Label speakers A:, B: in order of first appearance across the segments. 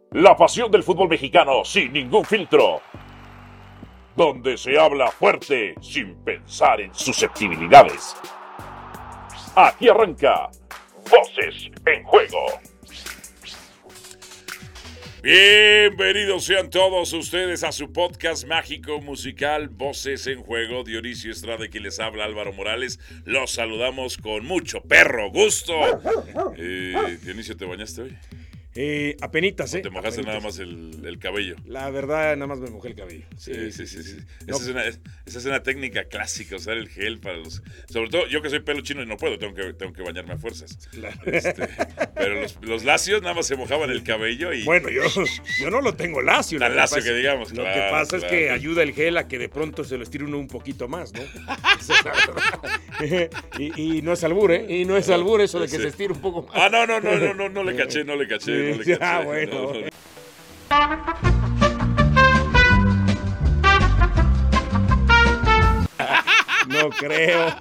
A: La pasión del fútbol mexicano sin ningún filtro. Donde se habla fuerte sin pensar en susceptibilidades. Aquí arranca Voces en Juego.
B: Bienvenidos sean todos ustedes a su podcast mágico musical Voces en Juego. Dionisio Estrada, quien les habla, Álvaro Morales. Los saludamos con mucho perro gusto. Dionisio, ¿te bañaste hoy?
C: Apenitas,
B: ¿O te mojaste nada más el cabello?
C: La verdad, nada más me mojé el cabello.
B: Sí.
C: No.
B: Esa es una técnica clásica, usar el gel para los... Sobre todo, yo que soy pelo chino y no puedo, tengo que bañarme a fuerzas.
C: Claro.
B: Pero los lacios nada más se mojaban el cabello y...
C: Bueno, yo no lo tengo lacio.
B: Tan lacio que digamos.
C: Lo que pasa es que ayuda el gel a que de pronto se lo estire uno un poquito más, ¿no? Esa es la verdad. y no es albur, ¿eh? Y no es albur eso de que se estire un poco más.
B: Ah, no le caché.
C: Ah, bueno. No creo.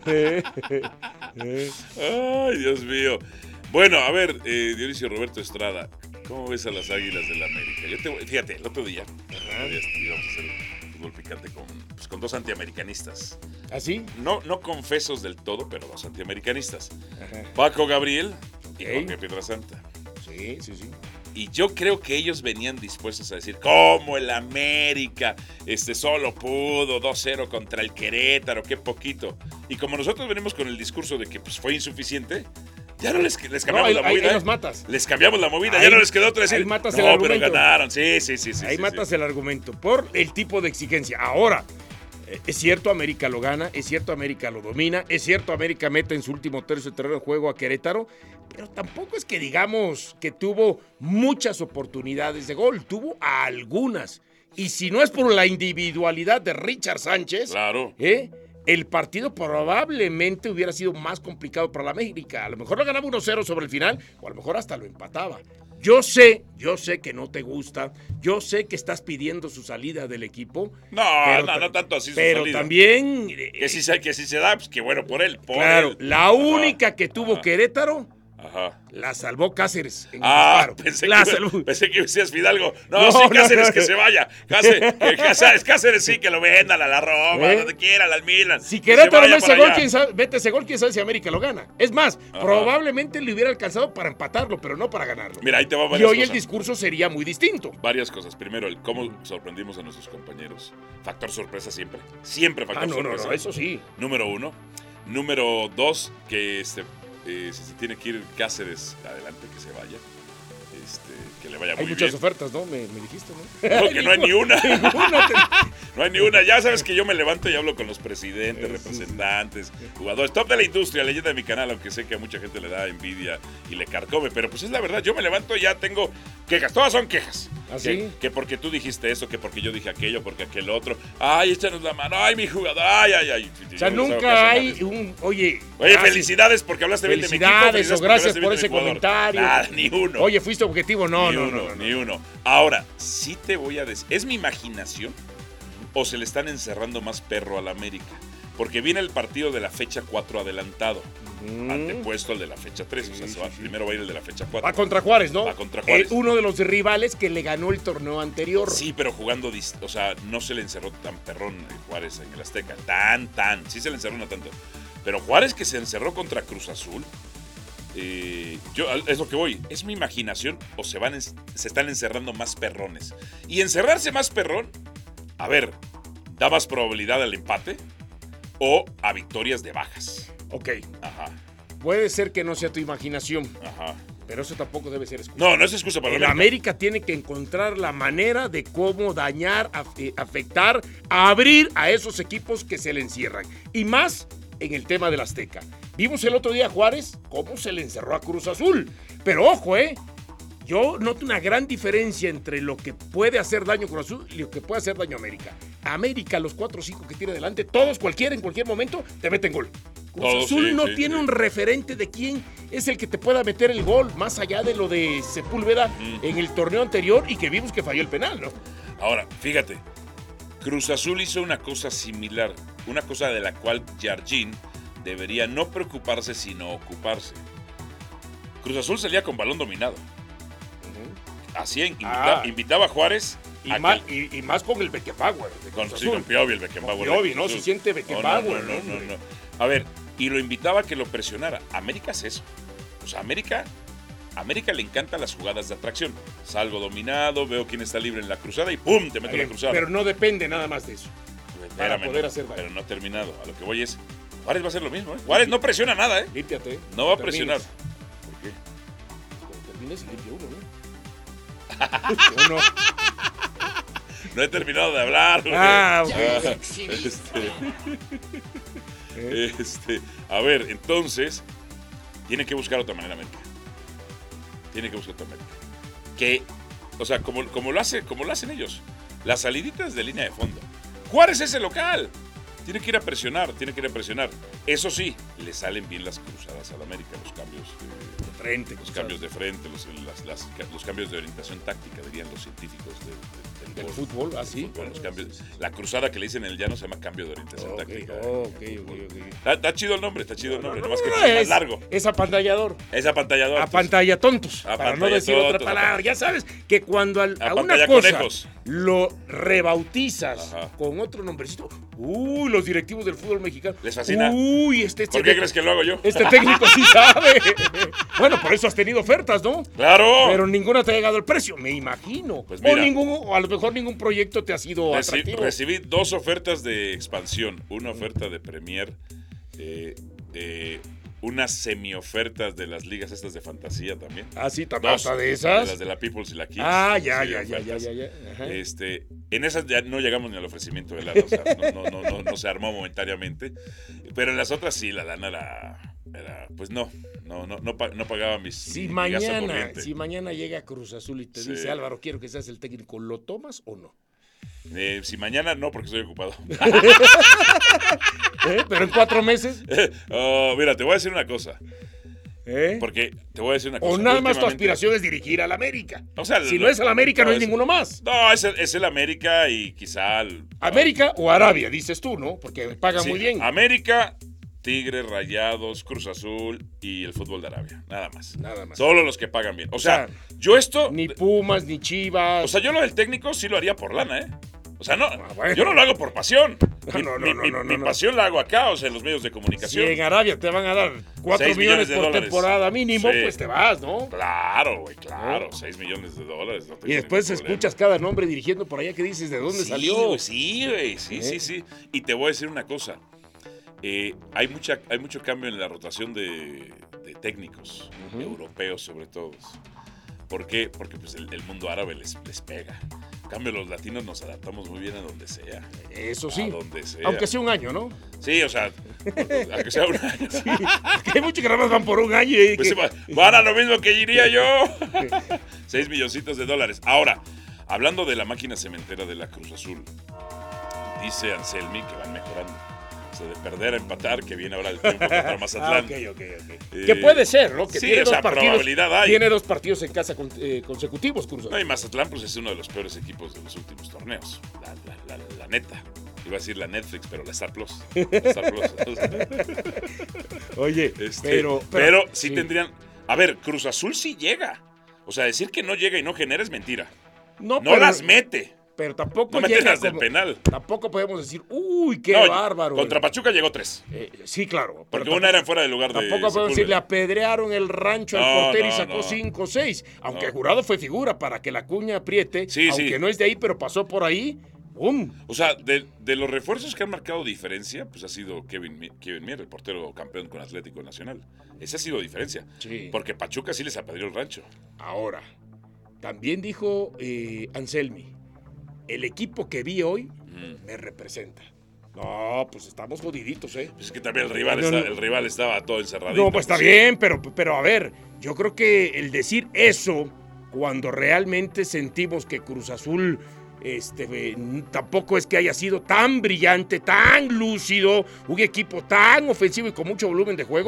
B: Ay, Dios mío. Bueno, a ver, Dionisio Roberto Estrada, ¿cómo ves a las Águilas del América? Fíjate, el otro día íbamos a hacer fútbol picante con dos antiamericanistas.
C: ¿Ah, sí?
B: No confesos del todo, pero dos antiamericanistas.
C: Ajá.
B: Paco Gabriel y
C: Ok.
B: Jorge Pietrasanta.
C: Sí.
B: Y yo creo que ellos venían dispuestos a decir, ¿cómo el América solo pudo 2-0 contra el Querétaro? ¡Qué poquito! Y como nosotros venimos con el discurso de que pues, fue insuficiente, ya no les cambiamos la movida.
C: Ahí los matas.
B: Les cambiamos la movida,
C: Ahí-
B: ya no les quedó otra decir,
C: ahí matas
B: no,
C: el argumento.
B: pero ganaron. Sí.
C: Ahí matas el argumento por el tipo de exigencia. Ahora, es cierto, América lo gana, es cierto, América lo domina, es cierto, América mete en su último tercio de terreno de juego a Querétaro, pero tampoco es que digamos que tuvo muchas oportunidades de gol, tuvo algunas. Y si no es por la individualidad de Richard Sánchez,
B: Claro.
C: el partido probablemente hubiera sido más complicado para la América. A lo mejor lo ganaba 1-0 sobre el final, o a lo mejor hasta lo empataba. Yo sé que no te gusta, yo sé que estás pidiendo su salida del equipo.
B: No tanto así su
C: Pero
B: salida.
C: también...
B: Que si se da, pues que bueno por él.
C: claro,
B: él.
C: la única que tuvo
B: Ajá.
C: Querétaro,
B: Ajá.
C: la salvó Cáceres en el disparo.
B: Pensé que decías Fidalgo. No,
C: No,
B: sí, Cáceres
C: no.
B: que se vaya. Cáceres sí, que lo vendan a la Roma, donde quiera, al Milan.
C: Si
B: Que
C: Querétaro
B: se vaya
C: mete
B: para
C: ese gol,
B: allá.
C: vete ese gol, quién sabe si América lo gana. Es más, probablemente le hubiera alcanzado para empatarlo, pero no para ganarlo.
B: Mira, ahí te va
C: Y
B: varias
C: hoy
B: cosas.
C: el discurso sería muy distinto.
B: Varias cosas. Primero, el cómo sorprendimos a nuestros compañeros. Factor sorpresa siempre. Siempre factor sorpresa.
C: No, eso sí.
B: Número uno. Número dos, que si se tiene que ir Cáceres adelante, que se vaya. Que le vaya muy
C: Hay muchas
B: bien.
C: ofertas, ¿no? Me dijiste, ¿no?
B: No, que no hay ni una.
C: Ninguna.
B: No hay ni una. Ya sabes que yo me levanto y hablo con los presidentes, representantes, jugadores, top de la industria, leyenda de mi canal, aunque sé que a mucha gente le da envidia y le carcome, pero pues es la verdad. Yo me levanto y ya tengo quejas. Todas son quejas.
C: ¿Ah, sí?
B: Que porque tú dijiste eso, que porque yo dije aquello, porque aquel otro. Ay, échanos la mano. Ay, mi jugador. Ay.
C: O sea,
B: Yo no les hago caso
C: nunca
B: a
C: hay
B: nadie.
C: un... Oye,
B: Felicidades porque hablaste bien de mi equipo.
C: felicidades o gracias
B: porque
C: por
B: hablaste
C: ese
B: bien de mi jugador.
C: comentario.
B: Nada, ni uno.
C: Oye, fuiste objetivo. No.
B: Ni uno. Ahora, sí te voy a decir, ¿es mi imaginación o se le están encerrando más perro a la América? Porque viene el partido de la fecha 4 adelantado, antepuesto al de la fecha 3. Primero va a ir el de la fecha 4.
C: Va contra Juárez, ¿no?
B: Va contra Juárez.
C: Uno de los rivales que le ganó el torneo anterior.
B: Sí, pero jugando, o sea, no se le encerró tan perrón Juárez en el Azteca. Sí se le encerró, no tanto. Pero Juárez que se encerró contra Cruz Azul, es lo que voy. ¿Es mi imaginación o se están encerrando más perrones? Y encerrarse más perrón, a ver, ¿da más probabilidad al empate o a victorias de bajas?
C: Ok,
B: Ajá.
C: puede ser que no sea tu imaginación,
B: Ajá.
C: pero eso tampoco debe ser excusa.
B: No es excusa para
C: El América tiene que encontrar la manera de cómo dañar, afectar, abrir a esos equipos que se le encierran. Y más en el tema del Azteca. Vimos el otro día a Juárez cómo se le encerró a Cruz Azul. Pero ojo, yo noto una gran diferencia entre lo que puede hacer daño Cruz Azul y lo que puede hacer daño América. América, los 4 o 5 que tiene delante, todos, en cualquier momento, te meten gol. Cruz Azul no tiene un referente de quién es el que te pueda meter el gol, más allá de lo de Sepúlveda en el torneo anterior y que vimos que falló el penal, ¿no?
B: Ahora, fíjate, Cruz Azul hizo una cosa similar, una cosa de la cual Jardín debería no preocuparse, sino ocuparse. Cruz Azul salía con balón dominado. Hacía, invitaba a Juárez.
C: Y más con el Beckenbauer.
B: Con Piovi, el Beckenbauer.
C: Piovi, ¿no? Se siente Beckenbauer.
B: No. A ver, y lo invitaba a que lo presionara. América es eso. O sea, América le encantan las jugadas de atracción. Salgo dominado, veo quién está libre en la cruzada y ¡pum! Te meto la cruzada.
C: Pero no depende nada más de eso. Para poder hacer daño.
B: Pero no ha terminado. A lo que voy es, Juárez va a hacer lo mismo, ¿eh? Juárez no presiona nada, ¿eh?
C: Límpiate.
B: No va a presionar. ¿Por qué?
C: Cuando termines y limpia uno, ¿no?
B: No he terminado de hablar. A ver, entonces, tiene que buscar otra manera América. Que, o sea, como lo hacen ellos. Las saliditas de línea de fondo. Juárez es el local. Tiene que ir a presionar. Eso sí, le salen bien las cruzadas al América, los cambios de frente, los cambios de orientación táctica, dirían los científicos
C: del fútbol, así.
B: Los cambios, la cruzada que le dicen en el llano se llama cambio de orientación táctica.
C: Ok.
B: Está chido el nombre, nomás que es más largo.
C: Es apantallador. Apantalla tontos, para no decir otra palabra. Ya sabes que cuando a una cosa conejos lo rebautizas con otro nombrecito, los directivos del fútbol mexicano.
B: Les fascina.
C: ¿Por
B: qué crees que lo hago yo?
C: Este técnico sí sabe. Bueno, por eso has tenido ofertas, ¿no?
B: ¡Claro!
C: Pero ninguna te ha llegado al precio, me imagino.
B: Pues mira,
C: o a lo mejor ningún proyecto te ha sido atractivo.
B: Recibí 2 ofertas de expansión. Una oferta de Premier, unas semi-ofertas de las ligas estas de fantasía también.
C: Sí, también. ¿Hasta de esas?
B: De las de la Peoples y la Kids.
C: Ya. Ajá.
B: En esas ya no llegamos ni al ofrecimiento de lana, o sea, no se armó momentáneamente. Pero en las otras sí, la lana era pues no pagaba mis
C: si mañana llega Cruz Azul y te dice, Álvaro, quiero que seas el técnico, ¿lo tomas o no?
B: Si mañana no, porque estoy ocupado.
C: ¿Pero en 4 meses?
B: Mira, te voy a decir una cosa. Porque te voy a decir una cosa.
C: O nada más tu aspiración es dirigir al América.
B: O sea,
C: si no es al América, no hay ninguno más.
B: No, es el América y quizá
C: América o Arabia, dices tú, ¿no? Porque paga muy bien.
B: América, Tigres, Rayados, Cruz Azul y el fútbol de Arabia. Nada más. Solo los que pagan bien. O sea, yo esto...
C: Ni Pumas, ni Chivas.
B: O sea, yo lo del técnico sí lo haría por lana, ¿eh? O sea, no, yo no lo hago por pasión. Mi pasión la hago acá, o sea, en los medios de comunicación.
C: Si en Arabia te van a dar 4 millones por temporada mínimo, pues te vas, ¿no?
B: Claro, güey, claro. $6 millones. No
C: y después escuchas cada nombre dirigiendo por allá que dices de dónde salió.
B: Sí. Y te voy a decir una cosa. Hay mucho cambio en la rotación de técnicos, europeos sobre todo. ¿Por qué? Porque pues, el mundo árabe les pega. En cambio, los latinos nos adaptamos muy bien a donde sea.
C: Eso sí.
B: A donde sea.
C: Aunque sea un año, ¿no?
B: Sí, o sea, aunque sea un año.
C: Sí, hay muchos que nada más van por un año.
B: Pues van a lo mismo que diría yo. $6 milloncitos. Ahora, hablando de la máquina cementera de la Cruz Azul, dice Anselmi que van mejorando. De perder a empatar, que viene ahora el tiempo contra Mazatlán.
C: Ok. Que puede ser, ¿no? Que tiene
B: probabilidad hay.
C: Tiene 2 partidos en casa consecutivos, Cruz Azul.
B: No, y Mazatlán pues es uno de los peores equipos de los últimos torneos. La neta. Iba a decir la Netflix, pero la Star Plus.
C: Oye, pero
B: sí tendrían... A ver, Cruz Azul sí llega. O sea, decir que no llega y no genera es mentira. No las mete.
C: Pero tampoco
B: no
C: llega
B: las del penal.
C: Tampoco podemos decir, qué bárbaro.
B: Contra Pachuca llegó 3.
C: Sí, claro.
B: Porque una era fuera de lugar de
C: Tampoco podemos decir, le apedrearon el rancho al portero y sacó 5 o 6. Aunque Jurado fue figura para que la cuña apriete. Aunque no es de ahí, pero pasó por ahí. ¡Bum!
B: O sea, de los refuerzos que han marcado diferencia, pues ha sido Kevin Mier, el portero campeón con Atlético Nacional. Esa ha sido diferencia. Sí. Porque Pachuca sí les apedreó el rancho.
C: Ahora, también dijo Anselmi, el equipo que vi hoy me representa. No, pues estamos jodiditos, ¿eh?
B: Pues es que también el rival estaba todo encerradito.
C: No, pues está bien, pero a ver, yo creo que el decir eso, cuando realmente sentimos que Cruz Azul tampoco es que haya sido tan brillante, tan lúcido, un equipo tan ofensivo y con mucho volumen de juego,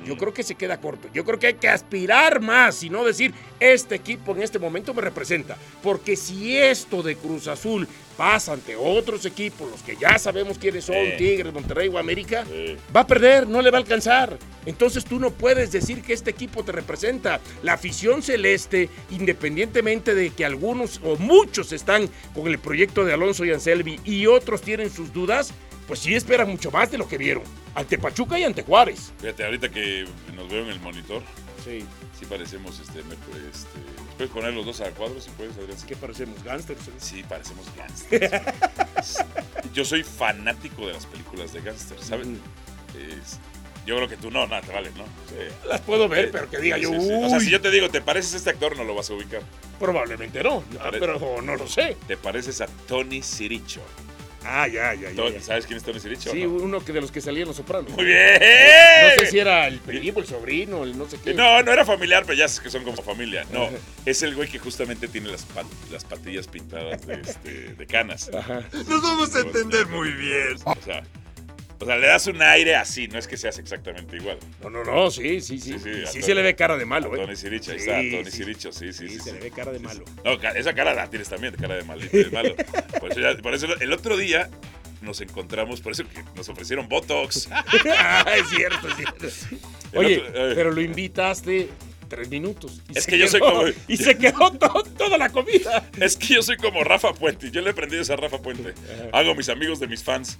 C: Yo creo que se queda corto. Yo creo que hay que aspirar más y no decir, este equipo en este momento me representa. Porque si esto de Cruz Azul pasa ante otros equipos, los que ya sabemos quiénes son, Tigres, Monterrey o América, va a perder, no le va a alcanzar. Entonces tú no puedes decir que este equipo te representa. La afición celeste, independientemente de que algunos o muchos están con el proyecto de Alonso y Anselmi y otros tienen sus dudas, pues sí esperan mucho más de lo que vieron ante Pachuca y ante Juárez.
B: Fíjate, ahorita que nos veo en el monitor,
C: Sí.
B: sí parecemos, ¿puedes poner los dos a cuadro si puedes, Adrián?
C: ¿Qué parecemos? ¿Gánsters?
B: Sí, parecemos gángsters. Yo soy fanático de las películas de gángsters, ¿sabes? Yo creo que tú no, nada, te vale, ¿no? Sí.
C: Las puedo ver, pero que diga yo,
B: sí. O sea, si yo te digo, ¿te pareces a este actor? No lo vas a ubicar.
C: probablemente no, pero no lo sé.
B: Te pareces a Tony Siricho.
C: Ah, ya.
B: ¿Sabes quién es Tony Siricho?
C: Sí,
B: ¿no?
C: uno de los que salían Los Sopranos.
B: Muy bien.
C: No sé si era el primo, el sobrino, el no sé qué.
B: No era familiar, pero ya es que son como familia. No, es el güey que justamente tiene las patillas pintadas de canas.
C: Ajá.
D: Nos vamos a entender muy bien.
B: O sea, le das un aire así, no es que seas exactamente igual.
C: No, sí. Sí se le ve cara de malo,
B: Tony Siricho, ahí
C: Sí,
B: está, Tony
C: sí.
B: Siricho, sí.
C: Se le ve cara de malo.
B: No, esa cara la tienes también, cara de malito, de malo. Por eso el otro día nos encontramos, por eso que nos ofrecieron Botox.
C: Es cierto. Oye, pero lo invitaste 3 minutos.
B: Es que yo soy como...
C: Y se quedó toda la comida.
B: Es que yo soy como Rafa Puente. Yo le he aprendido a Rafa Puente. Hago mis amigos de mis fans.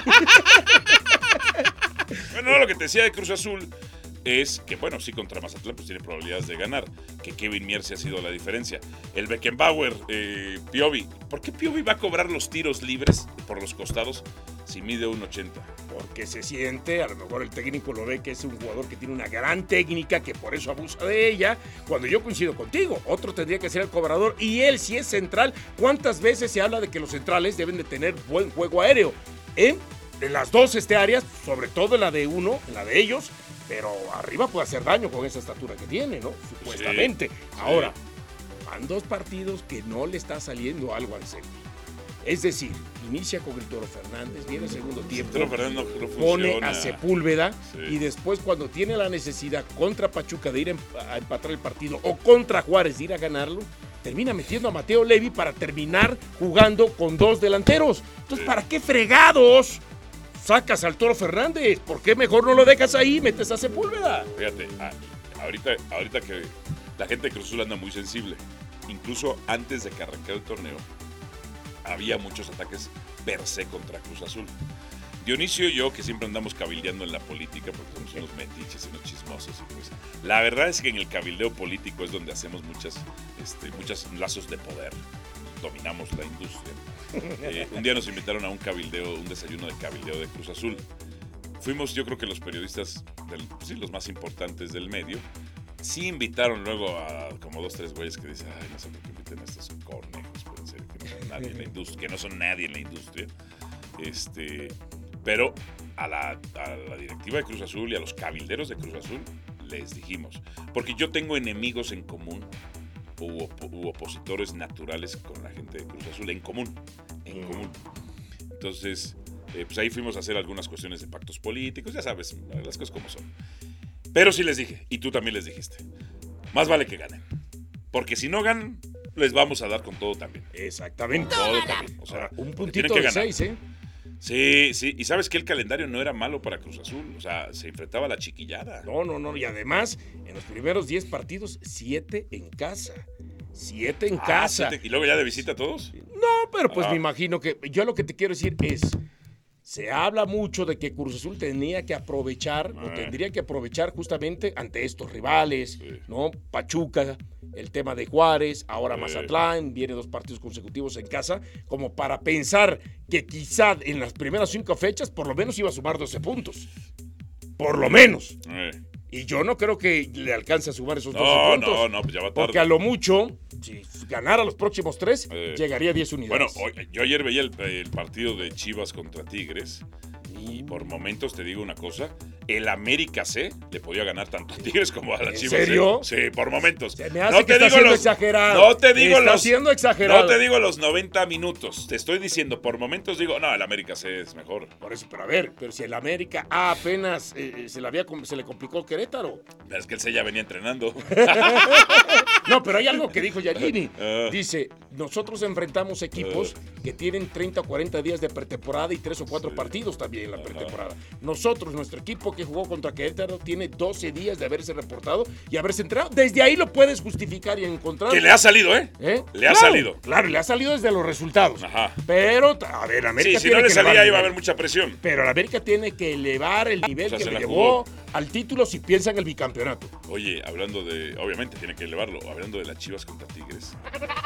B: Bueno, lo que te decía de Cruz Azul es que, bueno, sí, contra Mazatlán pues tiene probabilidades de ganar. Que Kevin Mier se ha sido la diferencia. El Beckenbauer, Piovi. ¿Por qué Piovi va a cobrar los tiros libres por los costados si mide 1.80?
C: Porque se siente, a lo mejor el técnico lo ve que es un jugador que tiene una gran técnica, que por eso abusa de ella, cuando yo coincido contigo. Otro tendría que ser el cobrador y él, si es central, ¿cuántas veces se habla de que los centrales deben de tener buen juego aéreo? En las dos áreas, sobre todo en la de uno, en la de ellos, pero arriba puede hacer daño con esa estatura que tiene, ¿no? Supuestamente.
B: Sí.
C: Ahora, van 2 partidos que no le está saliendo algo al Anselmi. Es decir, inicia con el Toro Fernández, viene el segundo tiempo,
B: Toro Fernández no
C: pone
B: funciona.
C: a Sepúlveda
B: Sí.
C: y después cuando tiene la necesidad contra Pachuca de ir a empatar el partido o contra Juárez de ir a ganarlo, termina metiendo a Mateo Levi para terminar jugando con 2 delanteros. Entonces, ¿para qué fregados sacas al Toro Fernández? ¿Por qué mejor no lo dejas ahí y metes a Sepúlveda?
B: Fíjate, ahorita que la gente de Cruz Azul anda muy sensible. Incluso antes de que arrancara el torneo, había muchos ataques per se contra Cruz Azul. Dionisio y yo, que siempre andamos cabildeando en la política, porque somos unos metiches y unos chismosos, y pues, la verdad es que en el cabildeo político es donde hacemos muchos lazos de poder. Dominamos la industria. Un día nos invitaron a un desayuno de cabildeo de Cruz Azul. Fuimos, yo creo que los periodistas, los más importantes del medio, sí invitaron luego a como 2, 3 güeyes que dicen, ay, no sé por qué inviten a estos cornejos, pueden ser que no son nadie en la industria, que no son nadie en la industria. Pero a la directiva de Cruz Azul y a los cabilderos de Cruz Azul les dijimos, porque yo tengo enemigos en común u opositores naturales con la gente de Cruz Azul, en común. Entonces, pues ahí fuimos a hacer algunas cuestiones de pactos políticos, ya sabes, las cosas como son. Pero sí les dije, y tú también les dijiste, más vale que ganen, porque si no ganan, les vamos a dar con todo también.
C: Exactamente.
B: Todo también. O sea,
C: Un
B: porque
C: puntito
B: tienen que
C: de
B: ganar.
C: 6, ¿eh?
B: Sí, y sabes que el calendario no era malo para Cruz Azul, o sea, se enfrentaba a la chiquillada.
C: No, y además, en los primeros 10 partidos, 7 en casa. 7 en casa.
B: ¿Y luego ya de visita todos?
C: No, pero pues me imagino que, yo lo que te quiero decir es, se habla mucho de que Cruz Azul tenía que aprovechar, o tendría que aprovechar justamente ante estos rivales, ¿no? Pachuca, el tema de Juárez, ahora Mazatlán, viene 2 partidos consecutivos en casa, como para pensar que quizá en las primeras 5 fechas por lo menos iba a sumar 12 puntos. Por lo menos. Y yo no creo que le alcance a sumar esos 12 puntos.
B: No, pues ya va tarde.
C: Porque a lo mucho, si ganara los próximos 3, llegaría a 10 unidades.
B: Bueno, yo ayer veía el partido de Chivas contra Tigres Y por momentos te digo una cosa, el América C le podía ganar tanto a Tigres como a la Chivas.
C: ¿En serio?
B: Sí, por momentos.
C: Se me hace que está siendo exagerado.
B: No te digo
C: está siendo exagerado.
B: No te digo los 90 minutos. Te estoy diciendo, por momentos digo, no, el América C es mejor.
C: Por eso, pero a ver, pero si el América apenas se le complicó el Querétaro.
B: Pero es que el C ya venía entrenando.
C: No, pero hay algo que dijo Giannini. Dice, nosotros enfrentamos equipos que tienen 30 o 40 días de pretemporada y 3 o 4 partidos también en la pretemporada. Nosotros, nuestro equipo que jugó contra Querétaro, tiene 12 días de haberse reportado y haberse entrenado. Desde ahí lo puedes justificar y encontrar.
B: Que le ha salido, ¿eh? Le ha salido.
C: Claro, le ha salido desde los resultados.
B: Ajá.
C: Pero, a ver, América
B: si
C: tiene
B: no le
C: que
B: salía iba a haber mucha presión.
C: Pero la América tiene que elevar el nivel que le llevó al título si piensa en el bicampeonato.
B: Oye, hablando de, obviamente tiene que elevarlo, hablando de las Chivas contra Tigres,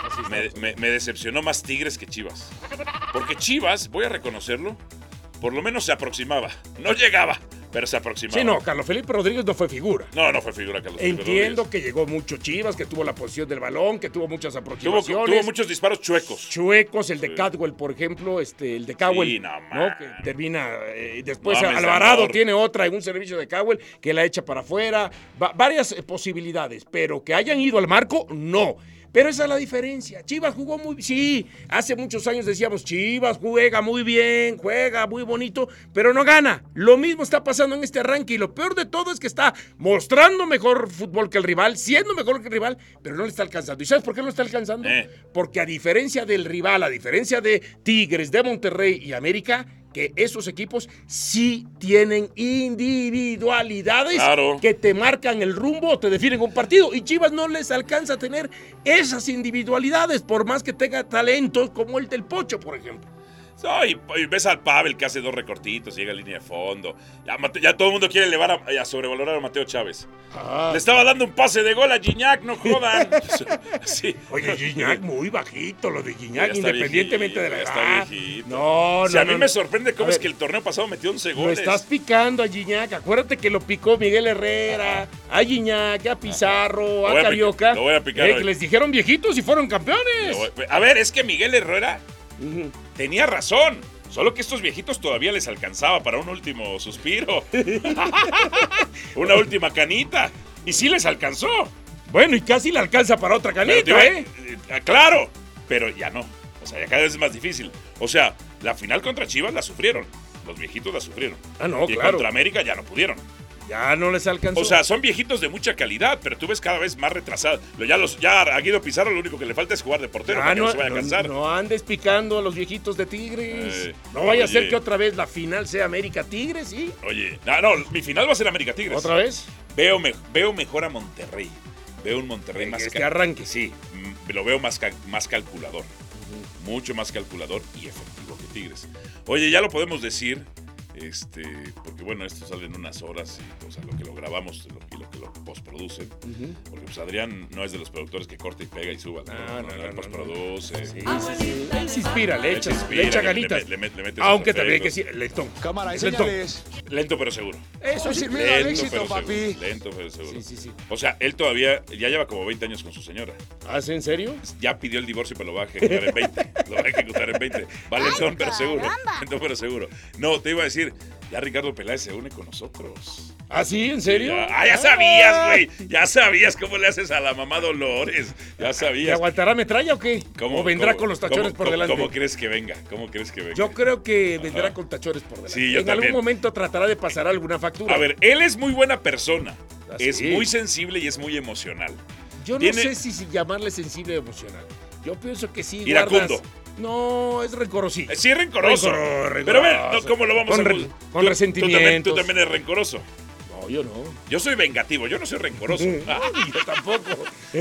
B: me decepcionó más Tigres que Chivas. Porque Chivas, voy a reconocerlo, por lo menos se aproximaba. No llegaba, pero se aproximaba.
C: Sí, no, Carlos Felipe Rodríguez no fue figura.
B: No fue figura Carlos Felipe Rodríguez.
C: Entiendo que llegó mucho Chivas, que tuvo la posición del balón, que tuvo muchas aproximaciones.
B: Tuvo muchos disparos chuecos.
C: Chuecos, el de Cadwell, por ejemplo, el de Cowell.
B: Sí,
C: ¿no? Que termina. Después Alvarado tiene otra en un servicio de Cowell que la echa para afuera. Varias posibilidades, pero que hayan ido al marco, no. Pero esa es la diferencia. Chivas jugó muy bien. Sí, hace muchos años decíamos, Chivas juega muy bien, juega muy bonito, pero no gana. Lo mismo está pasando en este arranque y lo peor de todo es que está mostrando mejor fútbol que el rival, siendo mejor que el rival, pero no le está alcanzando. ¿Y sabes por qué no le está alcanzando? Porque a diferencia del rival, a diferencia de Tigres, de Monterrey y América, que esos equipos sí tienen individualidades que te marcan el rumbo o te definen un partido. Y Chivas no les alcanza a tener esas individualidades, por más que tenga talentos como el del Pocho, por ejemplo.
B: No, y ves al Pavel que hace 2 recortitos, llega a línea de fondo. Ya todo el mundo quiere elevar a sobrevalorar a Mateo Chávez. Le estaba dando un pase de gol a Gignac, no jodan. Sí.
C: Oye, Gignac muy bajito, lo de Gignac, independientemente de la edad.
B: No, a mí me sorprende cómo es que el torneo pasado metió 11 goles.
C: Lo estás picando a Gignac. Acuérdate que lo picó Miguel Herrera, a Gignac, a Pizarro, a Carioca.
B: Lo voy a picar.
C: Que les dijeron viejitos y fueron campeones.
B: A ver, es que Miguel Herrera tenía razón. Solo que estos viejitos todavía les alcanzaba para un último suspiro. Una última canita. Y sí les alcanzó.
C: Bueno, y casi le alcanza para otra canita,
B: Claro, pero ya no. O sea, ya cada vez es más difícil. O sea, la final contra Chivas la sufrieron. Los viejitos la sufrieron.
C: No,
B: y contra América ya no pudieron.
C: Ya no les alcanzó.
B: O sea, son viejitos de mucha calidad, pero tú ves cada vez más retrasados. Ya a Guido Pizarro lo único que le falta es jugar de portero para que no se vaya a cansar.
C: No andes picando a los viejitos de Tigres. No vaya a ser que otra vez la final sea América-Tigres, ¿sí?
B: Oye, mi final va a ser América-Tigres.
C: ¿Otra vez?
B: Veo mejor a Monterrey. Veo un Monterrey más...
C: que arranque.
B: Sí, lo veo más calculador. Mucho más calculador y efectivo que Tigres. Oye, ya lo podemos decir... porque bueno, esto sale en unas horas y o sea, lo que lo grabamos y lo que lo postproducen, porque pues Adrián no es de los productores que corta y pega y suba, no postproduce.
C: Sí. Él se inspira, le echa ganitas.
B: Le mete
C: aunque también hay que decir, lento.
D: Cámara,
B: lento pero seguro.
D: Eso sí, mira el éxito, papi.
B: Lento pero seguro.
C: Sí.
B: O sea, él todavía ya lleva como 20 años con su señora.
C: ¿Ah, en serio?
B: Ya pidió el divorcio, pero lo va a ejecutar en 20. Lo va a ejecutar en 20. Va lento pero seguro. Lento pero seguro. No, te iba a decir, ya Ricardo Peláez se une con nosotros.
C: ¿Ah, sí? ¿En serio?
B: Ya sabías, güey. Ya sabías cómo le haces a la mamá Dolores. Ya sabías.
C: ¿Le aguantará metralla o qué? ¿O vendrá con los tachones por delante?
B: ¿Cómo crees que venga?
C: Yo creo que vendrá con tachones por delante.
B: Sí, yo también.
C: Algún momento tratará de pasar alguna factura.
B: A ver, él es muy buena persona. Es muy sensible y es muy emocional.
C: Yo no sé si llamarle sensible o emocional. Yo pienso que sí.
B: Iracundo.
C: No, es rencoroso.
B: Sí, es rencoroso. Pero a ver, ¿cómo lo vamos a juzgar?
C: Con resentimientos.
B: Tú también eres rencoroso.
C: No, yo no.
B: Yo soy vengativo, yo no soy rencoroso.
C: Yo tampoco.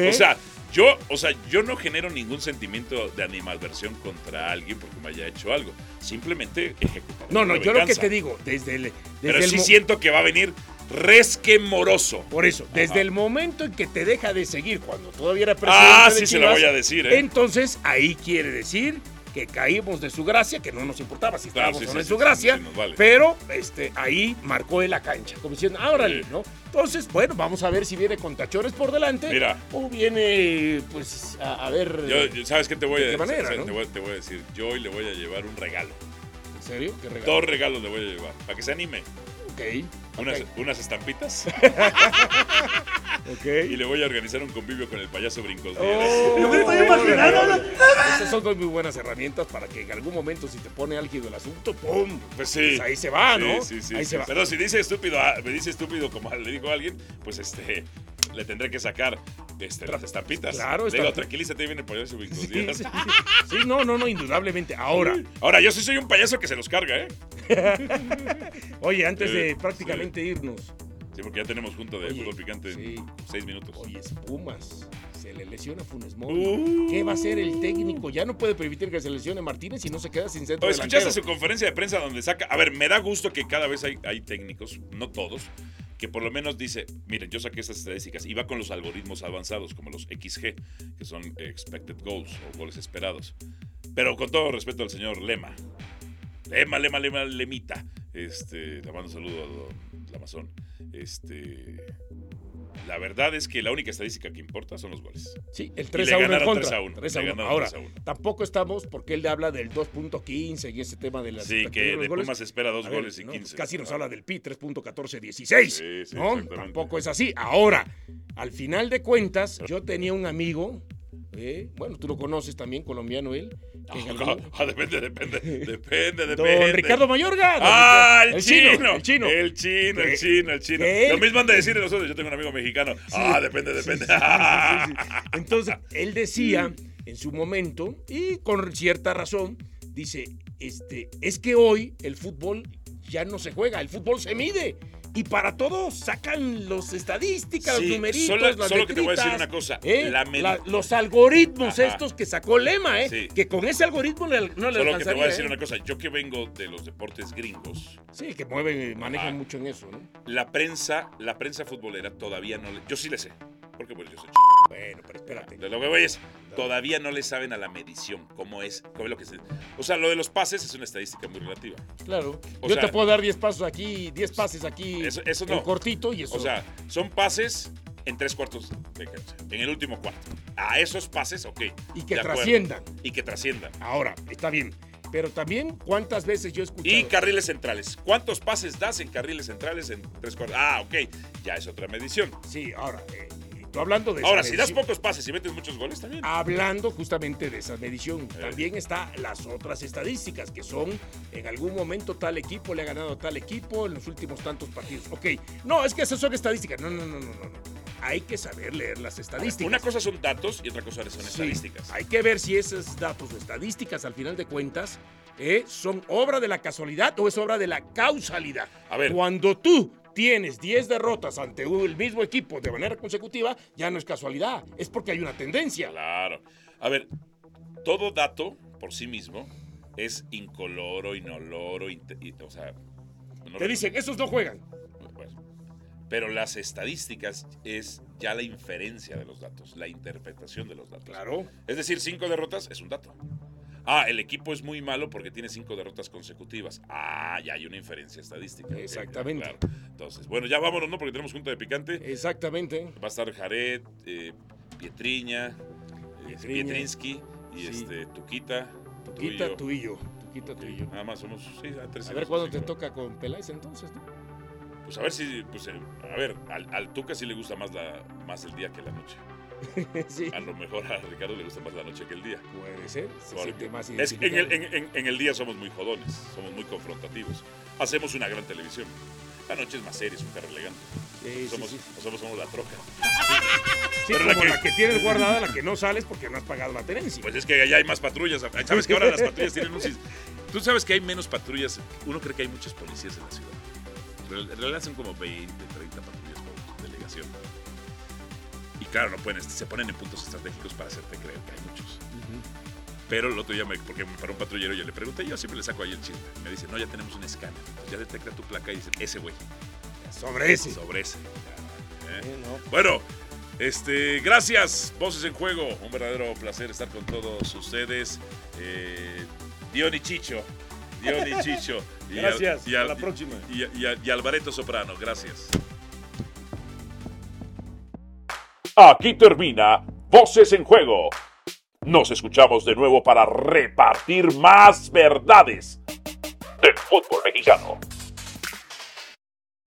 B: O sea, yo no genero ningún sentimiento de animadversión contra alguien porque me haya hecho algo. Simplemente ejecutar.
C: No, yo lo que te digo,
B: pero sí siento que va a venir resquemoroso.
C: Por eso, desde el momento en que te deja de seguir cuando todavía era presidente de Chivas,
B: se lo voy a decir,
C: entonces ahí quiere decir que caímos de su gracia, que no nos importaba si estábamos o no en su gracia, vale. Pero ahí marcó en la cancha, como diciendo, órale, ¿no? Entonces, bueno, vamos a ver si viene con tachones por delante.
B: Mira.
C: O viene, pues, a ver.
B: ¿Sabes qué te voy a decir?
C: manera, ¿no?
B: Te voy a decir, yo hoy le voy a llevar un regalo.
C: serio? ¿Qué regalo?
B: 2 regalos le voy a llevar, para que se anime.
C: Ok.
B: Unas estampitas.
C: Ok.
B: Y le voy a organizar un convivio con el payaso Brincos.
C: Yo me estoy imaginando. Esas son 2 muy buenas herramientas para que en algún momento, si te pone álgido el asunto, ¡pum!
B: Pues sí.
C: Pues ahí se va, ¿no?
B: Sí.
C: Ahí se va.
B: Pero si dice estúpido, me dice estúpido como le dijo a alguien, pues le tendré que sacar las estampitas.
C: Claro,
B: le digo, tranquilízate, viene el payaso Brincos.
C: Sí, no, indudablemente. Ahora,
B: yo sí soy un payaso que se los carga, ¿eh?
C: Oye, antes de prácticamente irnos.
B: Sí, porque ya tenemos junto de fútbol picante en 6 minutos.
C: Oye, Pumas, se le lesiona Funes Mori. ¿Qué va a hacer el técnico? Ya no puede permitir que se lesione Martínez y no se queda sin centro delantero.
B: ¿Escuchaste su conferencia de prensa donde saca? A ver, me da gusto que cada vez hay técnicos, no todos, que por lo menos dice, miren, yo saqué estas estadísticas y va con los algoritmos avanzados, como los XG, que son expected goals o goles esperados. Pero con todo respeto al señor Lemita. Le mando un saludo a don Lamazón. La verdad es que la única estadística que importa son los goles.
C: Sí, el 3-1 en contra.
B: 3-1.
C: Ahora, tampoco estamos, porque él le habla del 2.15 y ese tema de las...
B: Sí, que de Pumas espera 2 goles y 15.
C: Pues casi nos habla del PI, 3.1416.
B: Sí,
C: ¿no? Tampoco es así. Ahora, al final de cuentas, yo tenía un amigo, bueno, tú lo conoces también, colombiano él.
B: Depende.
C: Don Ricardo
B: Mayorga. El chino.
C: Lo
B: mismo han de decir de nosotros. Yo tengo un amigo mexicano. Sí. Depende. Sí.
C: Entonces, él decía en su momento, y con cierta razón, dice, es que hoy el fútbol ya no se juega, el fútbol se mide. Y para todo sacan las estadísticas, los numeritos, las
B: solo
C: letritas,
B: que te voy a decir una cosa.
C: Los algoritmos estos que sacó Lema, sí. Que con ese algoritmo no le alcanzaría.
B: Solo que te voy a decir una cosa. Yo que vengo de los deportes gringos.
C: Sí, que manejan mucho en eso, ¿no?
B: La prensa futbolera todavía no le... Yo sí le sé. Porque pues yo soy
C: Bueno, pero espérate.
B: De lo que voy es, todavía no le saben a la medición, cómo es lo que se... O sea, lo de los pases es una estadística muy relativa.
C: Claro. Yo te puedo dar 10 pases aquí
B: eso no.
C: En cortito y eso.
B: O sea, son pases en 3 cuartos de cancha, en el último cuarto. A esos pases, ok.
C: Y que trasciendan.
B: Ahora,
C: está bien. Pero también, ¿cuántas veces yo he escuchado?
B: Y carriles centrales. ¿Cuántos pases das en carriles centrales en 3 cuartos? Ok. Ya es otra medición.
C: Sí, ahora... hablando de
B: ahora, si das pocos pases y metes muchos goles también.
C: Hablando justamente de esa medición, también está las otras estadísticas, que son en algún momento tal equipo le ha ganado a tal equipo en los últimos tantos partidos. Ok, no, es que esas son estadísticas. No. Hay que saber leer las estadísticas.
B: Una cosa son datos y otra cosa son estadísticas.
C: Hay que ver si esos datos o estadísticas, al final de cuentas, son obra de la casualidad o es obra de la causalidad.
B: A ver.
C: Cuando tú tienes 10 derrotas ante el mismo equipo de manera consecutiva, ya no es casualidad, es porque hay una tendencia.
B: Claro. A ver, todo dato por sí mismo es incoloro, inoloro, o sea...
C: Te dicen, esos no juegan.
B: Pero las estadísticas es ya la inferencia de los datos, la interpretación de los datos.
C: Claro.
B: Es decir, 5 derrotas es un dato. El equipo es muy malo porque tiene 5 derrotas consecutivas. Ya hay una inferencia estadística.
C: Exactamente.
B: Claro. Entonces, bueno, ya vámonos, ¿no? Porque tenemos junta de picante.
C: Exactamente.
B: Va a estar Jared, Pietriña, Pietrinsky y
C: Tuquita, tú y yo.
B: Nada más somos 3.
C: A ver cuándo te toca con Peláez entonces, ¿no?
B: Pues a ver si, al Tuca sí le gusta más el día que la noche.
C: Sí.
B: A lo mejor a Ricardo le gusta más la noche que el día.
C: Puede ser, se siente más
B: identificado. En el día somos muy jodones, somos muy confrontativos. Hacemos una gran televisión. La noche es más seria, es un carro elegante. Nosotros somos la troca.
C: Sí, pero como la que tienes guardada, la que no sales porque no has pagado la tenencia.
B: Pues es que allá hay más patrullas. ¿Sabes que ahora las patrullas tienen un... Tú sabes que hay menos patrullas. Uno cree que hay muchos policías en la ciudad. En realidad son como 20, 30 patrullas por delegación. Y claro, no pueden, se ponen en puntos estratégicos para hacerte creer que hay muchos. Pero el otro día, porque me paró un patrullero y yo le pregunté, yo siempre le saco ahí el chisme. Me dice, no, ya tenemos un escáner. Entonces ya detecta tu placa y dice, ese güey.
C: Sobre ese.
B: No. Bueno, gracias, Voces en Juego. Un verdadero placer estar con todos ustedes. Dion y Chicho.
C: Gracias, a la próxima.
B: Y Alvareto Soprano, gracias.
A: Aquí termina Voces en Juego. Nos escuchamos de nuevo para repartir más verdades fútbol mexicano.